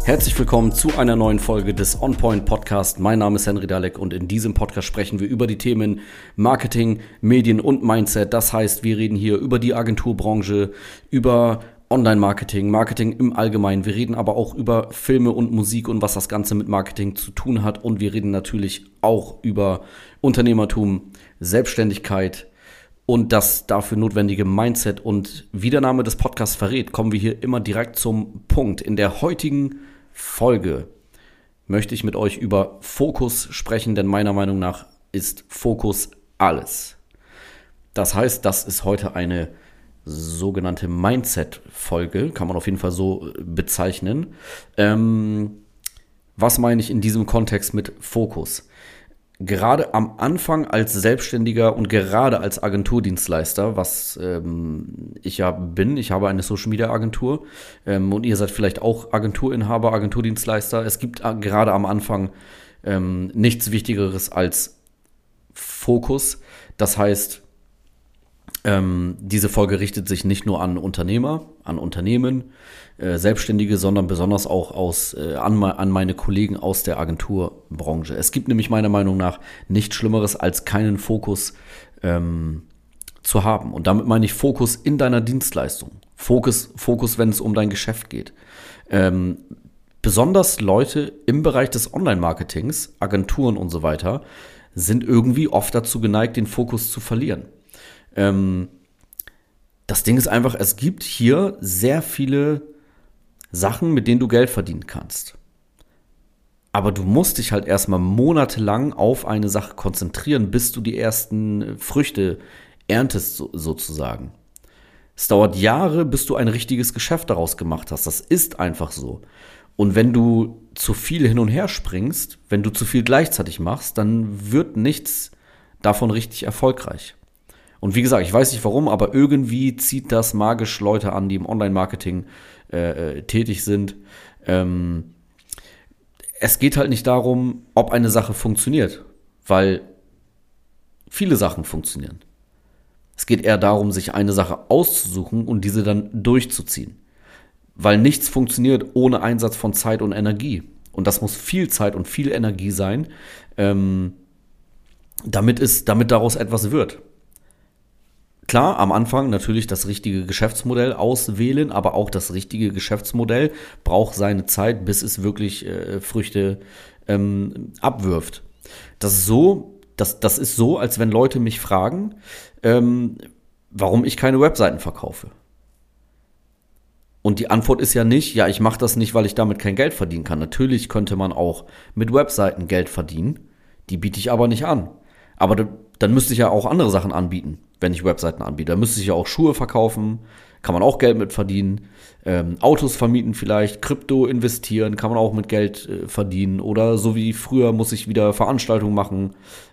Herzlich willkommen zu einer neuen Folge des On Point Podcast. Mein Name ist Henry Dalek und in diesem Podcast sprechen wir über die Themen Marketing, Medien und Mindset. Das heißt, wir reden hier über die Agenturbranche, über Online-Marketing, Marketing im Allgemeinen. Wir reden aber auch über Filme und Musik und was das Ganze mit Marketing zu tun hat. Und wir reden natürlich auch über Unternehmertum, Selbstständigkeit und das dafür notwendige Mindset. Und wie der Name des Podcasts verrät, kommen wir hier immer direkt zum Punkt. In der heutigen Folge möchte ich mit euch über Fokus sprechen, denn meiner Meinung nach ist Fokus alles. Das heißt, das ist heute eine sogenannte Mindset-Folge, kann man auf jeden Fall so bezeichnen. Was meine ich in diesem Kontext mit Fokus? Gerade am Anfang als Selbstständiger und gerade als Agenturdienstleister, was ich ja bin, ich habe eine Social-Media-Agentur und ihr seid vielleicht auch Agenturinhaber, Agenturdienstleister. Es gibt gerade am Anfang nichts Wichtigeres als Fokus. Das heißt, diese Folge richtet sich nicht nur an Unternehmer, an Unternehmen, Selbstständige, sondern besonders auch an meine Kollegen aus der Agenturbranche. Es gibt nämlich meiner Meinung nach nichts Schlimmeres, als keinen Fokus zu haben. Und damit meine ich Fokus in deiner Dienstleistung. Fokus, wenn es um dein Geschäft geht. Besonders Leute im Bereich des Online-Marketings, Agenturen und so weiter, sind irgendwie oft dazu geneigt, den Fokus zu verlieren. Das Ding ist einfach, es gibt hier sehr viele Sachen, mit denen du Geld verdienen kannst. Aber du musst dich halt erstmal monatelang auf eine Sache konzentrieren, bis du die ersten Früchte erntest, sozusagen. Es dauert Jahre, bis du ein richtiges Geschäft daraus gemacht hast. Das ist einfach so. Und wenn du zu viel hin und her springst, wenn du zu viel gleichzeitig machst, dann wird nichts davon richtig erfolgreich. Und wie gesagt, ich weiß nicht warum, aber irgendwie zieht das magisch Leute an, die im Online-Marketing tätig sind. Es geht halt nicht darum, ob eine Sache funktioniert, weil viele Sachen funktionieren. Es geht eher darum, sich eine Sache auszusuchen und diese dann durchzuziehen. Weil nichts funktioniert ohne Einsatz von Zeit und Energie. Und das muss viel Zeit und viel Energie sein, damit daraus etwas wird. Klar, am Anfang natürlich das richtige Geschäftsmodell auswählen, aber auch das richtige Geschäftsmodell braucht seine Zeit, bis es wirklich Früchte abwirft. Das ist so, als wenn Leute mich fragen, warum ich keine Webseiten verkaufe. Und die Antwort ist ja nicht, ja, ich mache das nicht, weil ich damit kein Geld verdienen kann. Natürlich könnte man auch mit Webseiten Geld verdienen, die biete ich aber nicht an. Aber dann müsste ich ja auch andere Sachen anbieten, wenn ich Webseiten anbiete. Dann müsste ich ja auch Schuhe verkaufen, kann man auch Geld mit verdienen. Autos vermieten vielleicht, Krypto investieren, kann man auch mit Geld verdienen. Oder so wie früher muss ich wieder Veranstaltungen machen.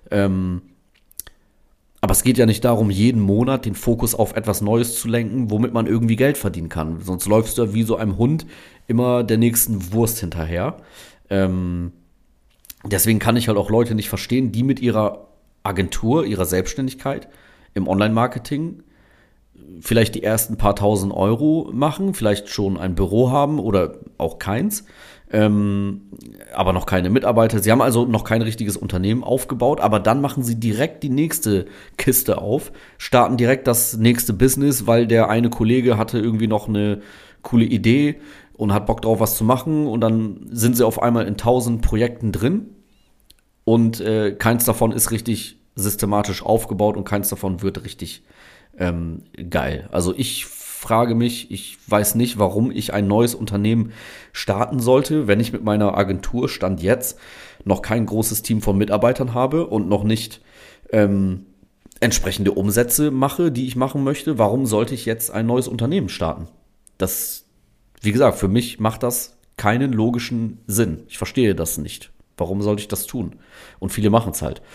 Aber es geht ja nicht darum, jeden Monat den Fokus auf etwas Neues zu lenken, womit man irgendwie Geld verdienen kann. Sonst läufst du ja wie so einem Hund immer der nächsten Wurst hinterher. Deswegen kann ich halt auch Leute nicht verstehen, die mit ihrer Agentur, ihrer Selbstständigkeit im Online-Marketing vielleicht die ersten paar tausend Euro machen, vielleicht schon ein Büro haben oder auch keins, aber noch keine Mitarbeiter. Sie haben also noch kein richtiges Unternehmen aufgebaut, aber dann machen sie direkt die nächste Kiste auf, starten direkt das nächste Business, weil der eine Kollege hatte irgendwie noch eine coole Idee und hat Bock drauf, was zu machen, und dann sind sie auf einmal in 1000 Projekten drin. Und keins davon ist richtig systematisch aufgebaut und keins davon wird richtig geil. Also ich frage mich, ich weiß nicht, warum ich ein neues Unternehmen starten sollte, wenn ich mit meiner Agentur Stand jetzt noch kein großes Team von Mitarbeitern habe und noch nicht entsprechende Umsätze mache, die ich machen möchte. Warum sollte ich jetzt ein neues Unternehmen starten? Das, wie gesagt, für mich macht das keinen logischen Sinn. Ich verstehe das nicht. Warum sollte ich das tun? Und viele machen es halt.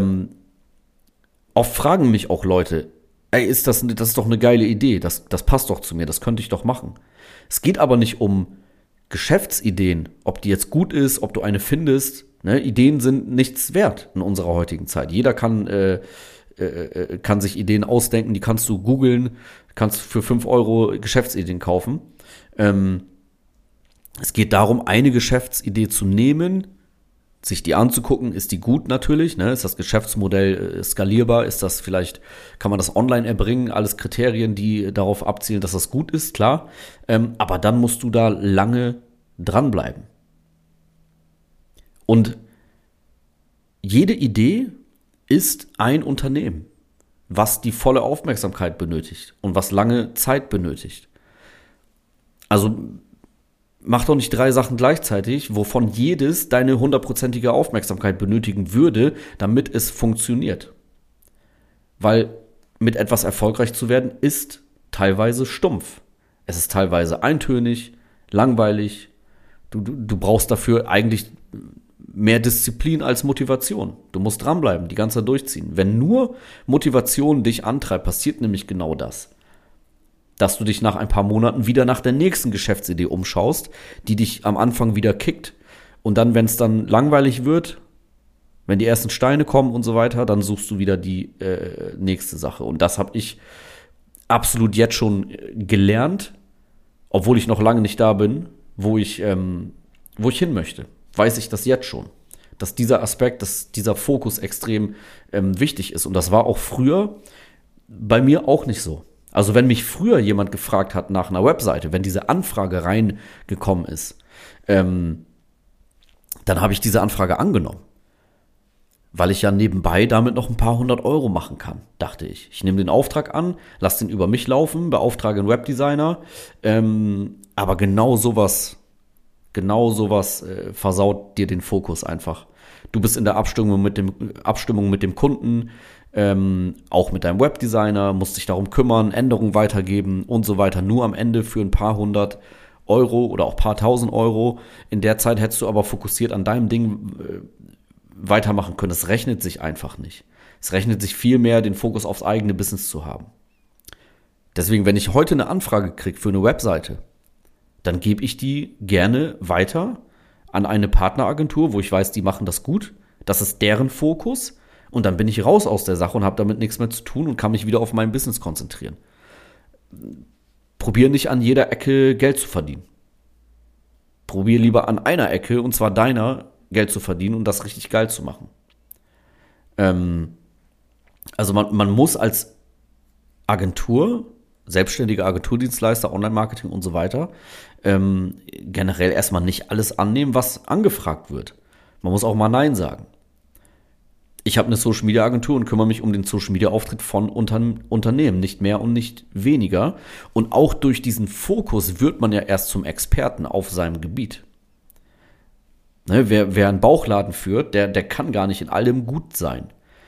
Oft fragen mich auch Leute, ey, das ist doch eine geile Idee, das passt doch zu mir, das könnte ich doch machen. Es geht aber nicht um Geschäftsideen, ob die jetzt gut ist, ob du eine findest. Ne? Ideen sind nichts wert in unserer heutigen Zeit. Jeder kann sich Ideen ausdenken, die kannst du googeln, kannst für 5 € Geschäftsideen kaufen. Es geht darum, eine Geschäftsidee zu nehmen, sich die anzugucken, ist die gut natürlich, ne? Ist das Geschäftsmodell skalierbar, ist das vielleicht, kann man das online erbringen, alles Kriterien, die darauf abzielen, dass das gut ist, klar, aber dann musst du da lange dranbleiben. Und jede Idee ist ein Unternehmen, was die volle Aufmerksamkeit benötigt und was lange Zeit benötigt. Also mach doch nicht 3 Sachen gleichzeitig, wovon jedes deine 100%ige Aufmerksamkeit benötigen würde, damit es funktioniert. Weil mit etwas erfolgreich zu werden, ist teilweise stumpf. Es ist teilweise eintönig, langweilig. Du brauchst dafür eigentlich mehr Disziplin als Motivation. Du musst dranbleiben, die ganze Zeit durchziehen. Wenn nur Motivation dich antreibt, passiert nämlich genau das. Dass du dich nach ein paar Monaten wieder nach der nächsten Geschäftsidee umschaust, die dich am Anfang wieder kickt. Und dann, wenn es dann langweilig wird, wenn die ersten Steine kommen und so weiter, dann suchst du wieder die nächste Sache. Und das habe ich absolut jetzt schon gelernt, obwohl ich noch lange nicht da bin, wo ich hin möchte. Weiß ich das jetzt schon. Dass dieser Aspekt, dass dieser Fokus extrem wichtig ist. Und das war auch früher bei mir auch nicht so. Also wenn mich früher jemand gefragt hat nach einer Webseite, wenn diese Anfrage reingekommen ist, dann habe ich diese Anfrage angenommen. Weil ich ja nebenbei damit noch ein paar 100 € machen kann, dachte ich. Ich nehme den Auftrag an, lasse den über mich laufen, beauftrage einen Webdesigner, aber genau sowas versaut dir den Fokus einfach. Du bist in der Abstimmung mit dem Kunden, auch mit deinem Webdesigner, musst dich darum kümmern, Änderungen weitergeben und so weiter. Nur am Ende für ein paar 100 € oder auch ein paar 1000 €. In der Zeit hättest du aber fokussiert an deinem Ding weitermachen können. Es rechnet sich einfach nicht. Es rechnet sich viel mehr, den Fokus aufs eigene Business zu haben. Deswegen, wenn ich heute eine Anfrage kriege für eine Webseite, dann gebe ich die gerne weiter an eine Partneragentur, wo ich weiß, die machen das gut. Das ist deren Fokus. Und dann bin ich raus aus der Sache und habe damit nichts mehr zu tun und kann mich wieder auf mein Business konzentrieren. Probier nicht an jeder Ecke Geld zu verdienen. Probier lieber an einer Ecke, und zwar deiner, Geld zu verdienen und das richtig geil zu machen. Also man muss als Agentur, selbstständiger Agenturdienstleister, Online-Marketing und so weiter, generell erstmal nicht alles annehmen, was angefragt wird. Man muss auch mal Nein sagen. Ich habe eine Social-Media-Agentur und kümmere mich um den Social-Media-Auftritt von Unternehmen, nicht mehr und nicht weniger. Und auch durch diesen Fokus wird man ja erst zum Experten auf seinem Gebiet. Ne, wer einen Bauchladen führt, der kann gar nicht in allem gut sein.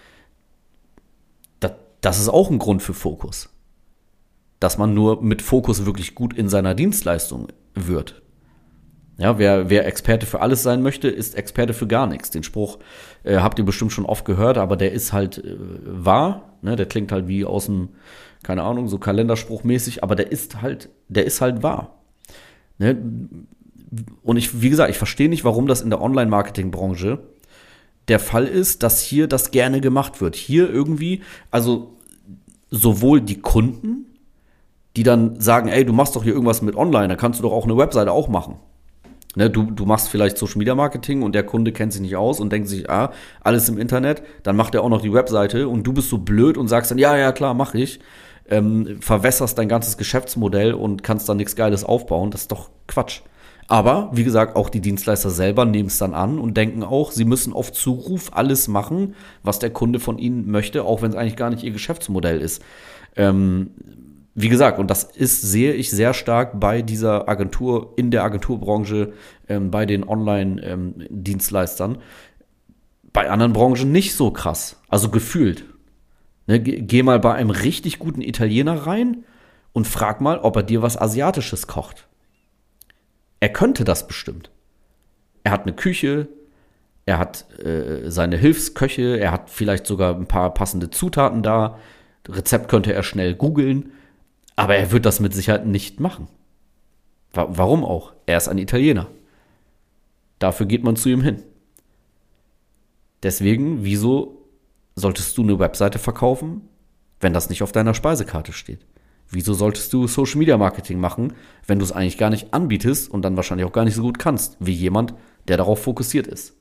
Das ist auch ein Grund für Fokus. Dass man nur mit Fokus wirklich gut in seiner Dienstleistung wird. Ja, wer Experte für alles sein möchte, ist Experte für gar nichts. Den Spruch habt ihr bestimmt schon oft gehört, aber der ist halt wahr. Ne? Der klingt halt wie aus dem, keine Ahnung, so Kalenderspruchmäßig, aber der ist halt wahr. Ne? Und wie gesagt, ich verstehe nicht, warum das in der Online-Marketing-Branche der Fall ist, dass hier das gerne gemacht wird. Hier irgendwie, also sowohl die Kunden, die dann sagen, ey, du machst doch hier irgendwas mit Online, da kannst du doch auch eine Webseite auch machen. Ne, du machst vielleicht Social Media Marketing und der Kunde kennt sich nicht aus und denkt sich, alles im Internet, dann macht er auch noch die Webseite und du bist so blöd und sagst dann, ja, klar, mach ich. Verwässerst dein ganzes Geschäftsmodell und kannst dann nichts Geiles aufbauen. Das ist doch Quatsch. Aber, wie gesagt, auch die Dienstleister selber nehmen es dann an und denken auch, sie müssen auf Zuruf alles machen, was der Kunde von ihnen möchte, auch wenn es eigentlich gar nicht ihr Geschäftsmodell ist. Wie gesagt, und das sehe ich sehr stark bei dieser Agentur, in der Agenturbranche, bei den Online-Dienstleistern. Bei anderen Branchen nicht so krass, also gefühlt. Ne, geh mal bei einem richtig guten Italiener rein und frag mal, ob er dir was Asiatisches kocht. Er könnte das bestimmt. Er hat eine Küche, er hat seine Hilfsköche, er hat vielleicht sogar ein paar passende Zutaten da. Rezept könnte er schnell googeln. Aber er wird das mit Sicherheit nicht machen. Warum auch? Er ist ein Italiener. Dafür geht man zu ihm hin. Deswegen, wieso solltest du eine Webseite verkaufen, wenn das nicht auf deiner Speisekarte steht? Wieso solltest du Social Media Marketing machen, wenn du es eigentlich gar nicht anbietest und dann wahrscheinlich auch gar nicht so gut kannst, wie jemand, der darauf fokussiert ist?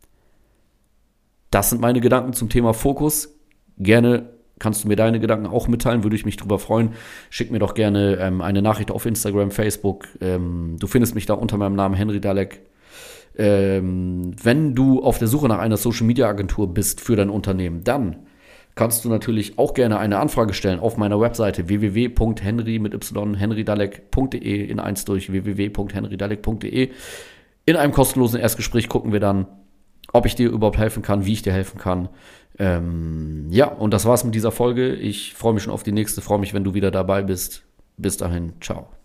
Das sind meine Gedanken zum Thema Fokus. Gerne kannst du mir deine Gedanken auch mitteilen, würde ich mich drüber freuen. Schick mir doch gerne eine Nachricht auf Instagram, Facebook. Du findest mich da unter meinem Namen Henry Dalek. Wenn du auf der Suche nach einer Social Media Agentur bist für dein Unternehmen, dann kannst du natürlich auch gerne eine Anfrage stellen auf meiner Webseite www.henrydalek.de in eins durch www.henrydalek.de. In einem kostenlosen Erstgespräch gucken wir dann, ob ich dir überhaupt helfen kann, wie ich dir helfen kann. Ja, und das war's mit dieser Folge. Ich freue mich schon auf die nächste, freue mich, wenn du wieder dabei bist. Bis dahin, ciao.